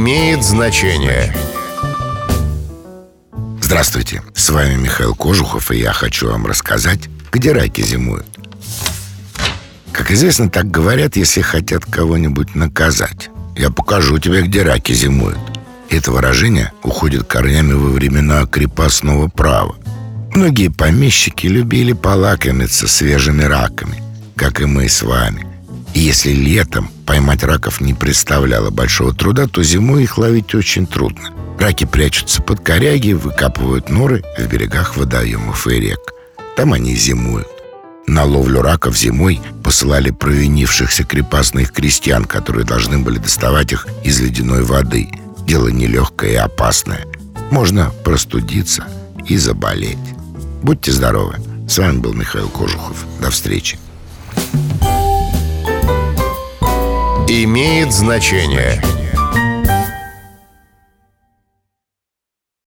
Имеет значение. Здравствуйте, с вами Михаил Кожухов, и я хочу вам рассказать, где раки зимуют. Как известно, так говорят, если хотят кого-нибудь наказать. Я покажу тебе, где раки зимуют. Это выражение уходит корнями во времена крепостного права. Многие помещики любили полакомиться свежими раками, как и мы с вами. И если летом поймать раков не представляло большого труда, то зимой их ловить очень трудно. Раки прячутся под коряги, выкапывают норы в берегах водоемов и рек. Там они зимуют. На ловлю раков зимой посылали провинившихся крепостных крестьян, которые должны были доставать их из ледяной воды. Дело нелегкое и опасное. Можно простудиться и заболеть. Будьте здоровы. С вами был Михаил Кожухов. До встречи. Имеет значение.